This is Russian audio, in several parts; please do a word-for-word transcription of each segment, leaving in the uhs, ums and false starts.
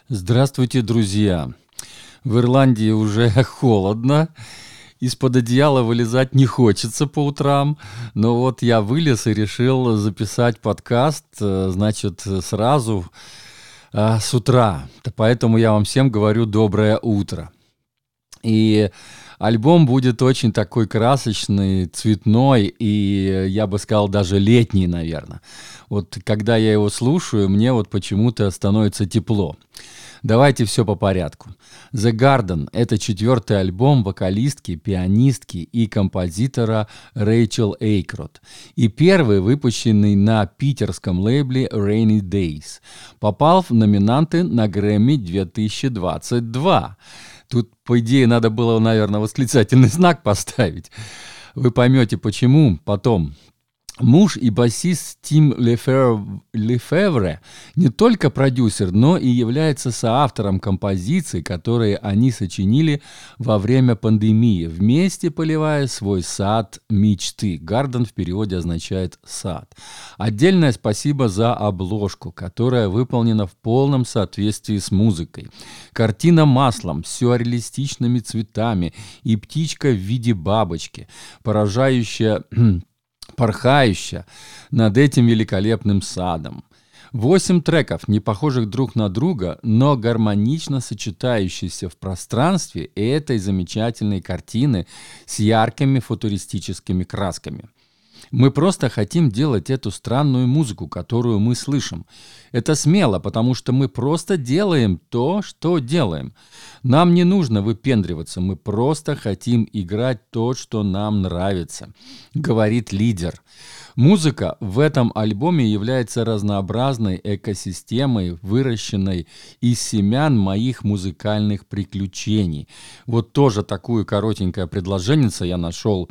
Здравствуйте, друзья! В Ирландии уже холодно, из-под одеяла вылезать не хочется по утрам, но вот я вылез и решил записать подкаст, э, значит, сразу а, с утра. Т- Поэтому я вам всем говорю доброе утро. И альбом будет очень такой красочный, цветной и, э, я бы сказал, даже летний, наверное. Вот когда я его слушаю, мне вот почему-то становится тепло. Давайте все по порядку. The Garden — это четвертый альбом вокалистки, пианистки и композитора Рэйчел Эйкрот. И первый, выпущенный на питерском лейбле Rainy Days. Попал в номинанты на Грэмми две тысячи двадцать два. Тут, по идее, надо было, наверное, восклицательный знак поставить. Вы поймете, почему потом. Муж и басист Тим Лефев- Лефевре не только продюсер, но и является соавтором композиций, которые они сочинили во время пандемии, вместе поливая свой сад мечты. Гарден в переводе означает «сад». Отдельное спасибо за обложку, которая выполнена в полном соответствии с музыкой. Картина маслом с сюрреалистичными цветами и птичка в виде бабочки, поражающая... порхающая над этим великолепным садом. Восемь треков, не похожих друг на друга, но гармонично сочетающиеся в пространстве этой замечательной картины с яркими футуристическими красками. Мы просто хотим делать эту странную музыку, которую мы слышим. Это смело, потому что мы просто делаем то, что делаем. Нам не нужно выпендриваться, мы просто хотим играть то, что нам нравится, говорит лидер. Музыка в этом альбоме является разнообразной экосистемой, выращенной из семян моих музыкальных приключений. Вот тоже такую коротенькое предложение я нашел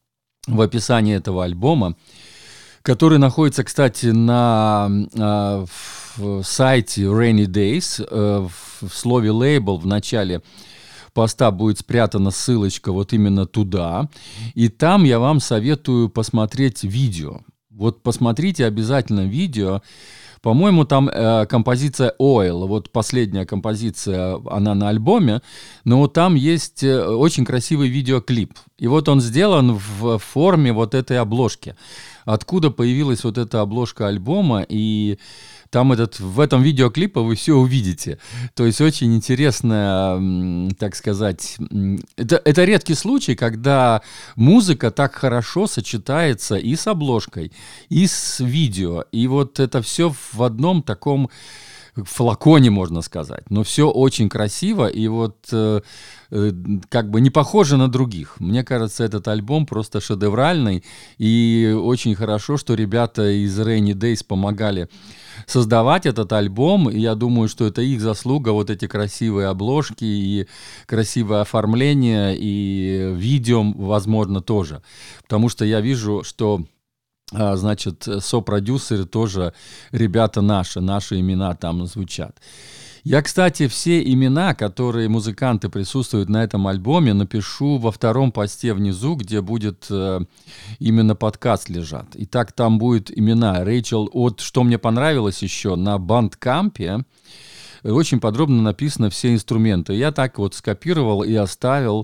в описании этого альбома, который находится, кстати, на э, в сайте Rainy Days. Э, в, в слове «лейбл» в начале поста будет спрятана ссылочка вот именно туда. И там я вам советую посмотреть видео. Вот посмотрите обязательно видео. По-моему, там э, композиция Oil, вот последняя композиция, она на альбоме, но вот там есть э, очень красивый видеоклип. И вот он сделан в форме вот этой обложки. Откуда появилась вот эта обложка альбома, и там этот, в этом видеоклипе вы все увидите. То есть очень интересно, так сказать, это, это редкий случай, когда музыка так хорошо сочетается и с обложкой, и с видео. И вот это все в одном таком флаконе, можно сказать. Но все очень красиво и вот э, э, как бы не похоже на других. Мне кажется, этот альбом просто шедевральный. И очень хорошо, что ребята из Rainy Days помогали создавать этот альбом. И я думаю, что это их заслуга, вот эти красивые обложки и красивое оформление, и видео, возможно, тоже. Потому что я вижу, что а, значит, сопродюсеры тоже ребята наши, наши имена там звучат. Я, кстати, все имена, которые музыканты присутствуют на этом альбоме, напишу во втором посте внизу, где будет э, именно подкаст лежат. Итак, там будут имена Рэйчел. Вот что мне понравилось еще, на Bandcamp'е очень подробно написано все инструменты. Я так вот скопировал и оставил.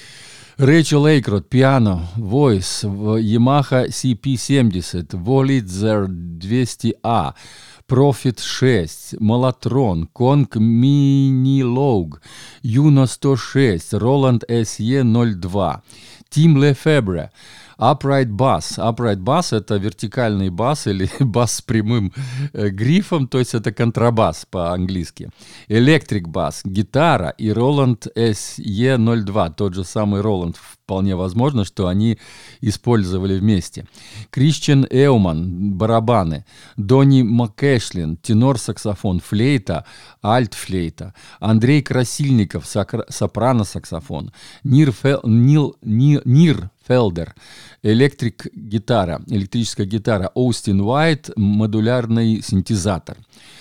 Рэйчел Эйкрот, пиано, voice, Yamaha си пи семьдесят, Wurlitzer двести а, Profit шесть, Молотрон, Конг Minilog, Juno сто шесть, Roland эс и ноль два, Тим Лефевре, Upright Bass. Upright Bass — это вертикальный бас или бас с прямым э, грифом, то есть это контрабас по-английски. Electric Bass, гитара и Roland эс и ноль два, тот же самый Roland, вполне возможно, что они использовали вместе. Кристиан Эуман, барабаны. Донни Макэшлин, тенор-саксофон, флейта, альт-флейта. Андрей Красильников, сакра- сопрано-саксофон. Нир, Фел- Нил, Нир, Нир Фелдер, электрик-гитара, электрическая гитара. Остин Уайт, модулярный синтезатор.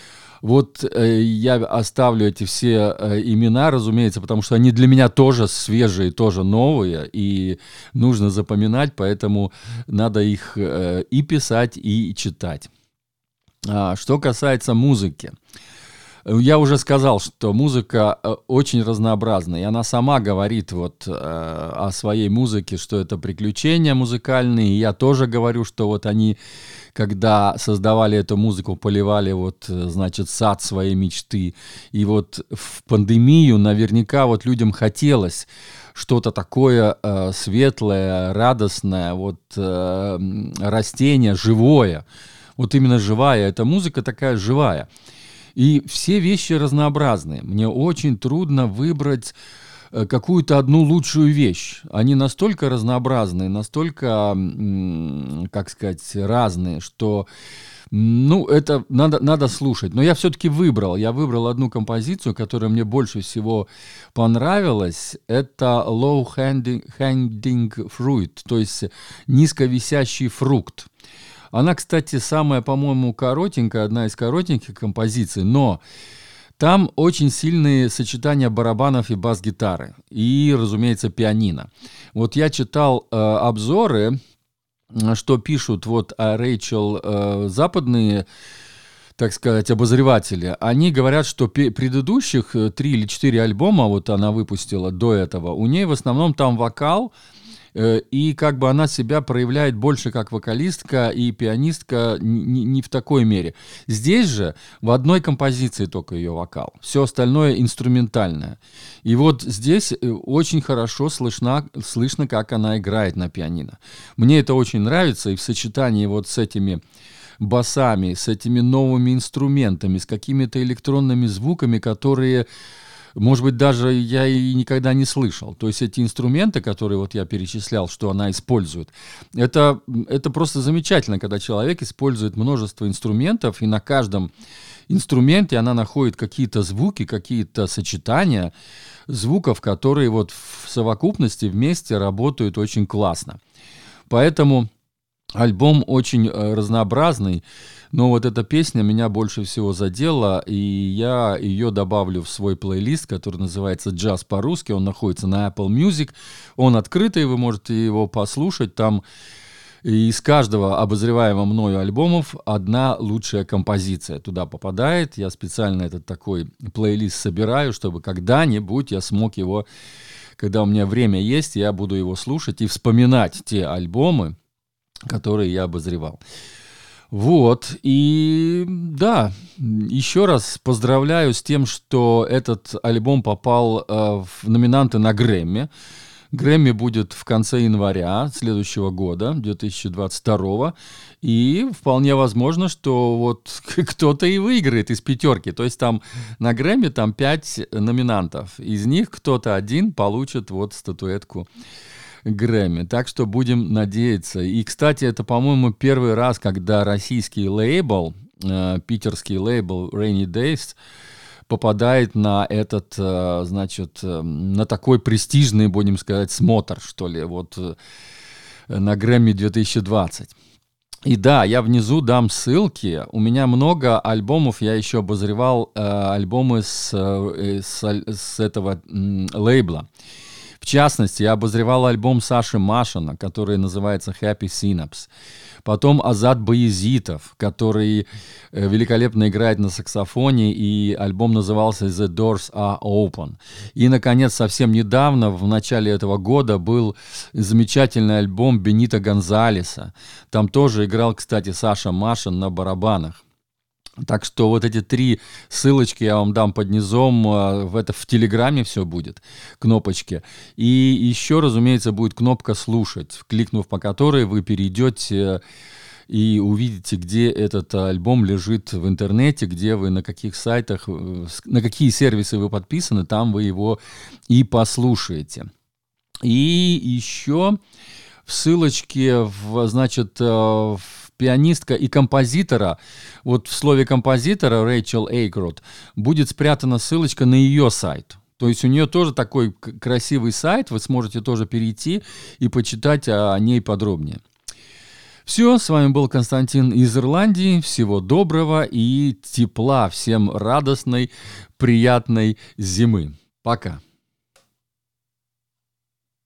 Вот э, я оставлю эти все э, имена, разумеется, потому что они для меня тоже свежие, тоже новые, и нужно запоминать, поэтому надо их э, и писать, и читать. А, что касается музыки. Я уже сказал, что музыка очень разнообразная, и она сама говорит вот э, о своей музыке, что это приключения музыкальные, и я тоже говорю, что вот они, когда создавали эту музыку, поливали вот, значит, сад своей мечты, и вот в пандемию наверняка вот людям хотелось что-то такое э, светлое, радостное, вот э, растение живое, вот именно живая, эта музыка такая живая. И все вещи разнообразные. Мне очень трудно выбрать какую-то одну лучшую вещь. Они настолько разнообразные, настолько, как сказать, разные, что, ну, это надо, надо слушать. Но я все-таки выбрал. Я выбрал одну композицию, которая мне больше всего понравилась. Это low hanging, hanging fruit, то есть низковисящий фрукт. Она, кстати, самая, по-моему, коротенькая, одна из коротеньких композиций, но там очень сильные сочетания барабанов и бас-гитары, и, разумеется, пианино. Вот я читал э, обзоры, что пишут вот о Рэйчел э, западные, так сказать, обозреватели. Они говорят, что пе- предыдущих три или четыре альбома, вот она выпустила до этого, у нее в основном там вокал, и как бы она себя проявляет больше как вокалистка и пианистка не, не в такой мере. Здесь же в одной композиции только ее вокал, все остальное инструментальное. И вот здесь очень хорошо слышно, слышно, как она играет на пианино. Мне это очень нравится, и в сочетании вот с этими басами, с этими новыми инструментами, с какими-то электронными звуками, которые... Может быть, даже я и никогда не слышал. То есть эти инструменты, которые вот я перечислял, что она использует, это, это просто замечательно, когда человек использует множество инструментов, и на каждом инструменте она находит какие-то звуки, какие-то сочетания звуков, которые вот в совокупности вместе работают очень классно. Поэтому альбом очень э, разнообразный, но вот эта песня меня больше всего задела, и я ее добавлю в свой плейлист, который называется «Джаз по-русски». Он находится на Apple Music, он открытый, вы можете его послушать. Там из каждого обозреваемого мною альбомов одна лучшая композиция туда попадает. Я специально этот такой плейлист собираю, чтобы когда-нибудь я смог его, когда у меня время есть, я буду его слушать и вспоминать те альбомы, которые я обозревал. Вот, и да, еще раз поздравляю с тем, что этот альбом попал э, в номинанты на Грэмми. Грэмми будет в конце января следующего года, две тысячи двадцать второго, и вполне возможно, что вот кто-то и выиграет из пятерки. То есть там на Грэмми там пять номинантов, из них кто-то один получит вот статуэтку Грэмми. Так что будем надеяться. И, кстати, это, по-моему, первый раз, когда российский лейбл, э, питерский лейбл Rainy Days попадает на этот, э, значит, э, на такой престижный, будем сказать, смотр, что ли, вот э, на Грэмми две тысячи двадцать. И да, я внизу дам ссылки. У меня много альбомов, я еще обозревал э, альбомы с, э, с, с этого э, лейбла. В частности, я обозревал альбом Саши Машина, который называется Happy Synapse. Потом Азат Баязитов, который э, великолепно играет на саксофоне, и альбом назывался The Doors Are Open. И, наконец, совсем недавно, в начале этого года, был замечательный альбом Бенито Гонзалеса. Там тоже играл, кстати, Саша Машин на барабанах. Так что вот эти три ссылочки я вам дам под низом, в, это, в Телеграме все будет, кнопочки. И еще, разумеется, будет кнопка «Слушать», кликнув по которой вы перейдете и увидите, где этот альбом лежит в интернете, где вы, на каких сайтах, на какие сервисы вы подписаны, там вы его и послушаете. И еще в ссылочке, в, значит, в пианистка и композитора, вот в слове композитора Рэйчел Эйкрот будет спрятана ссылочка на ее сайт. То есть у нее тоже такой красивый сайт, вы сможете тоже перейти и почитать о ней подробнее. Все, с вами был Константин из Ирландии. Всего доброго и тепла, всем радостной, приятной зимы. Пока.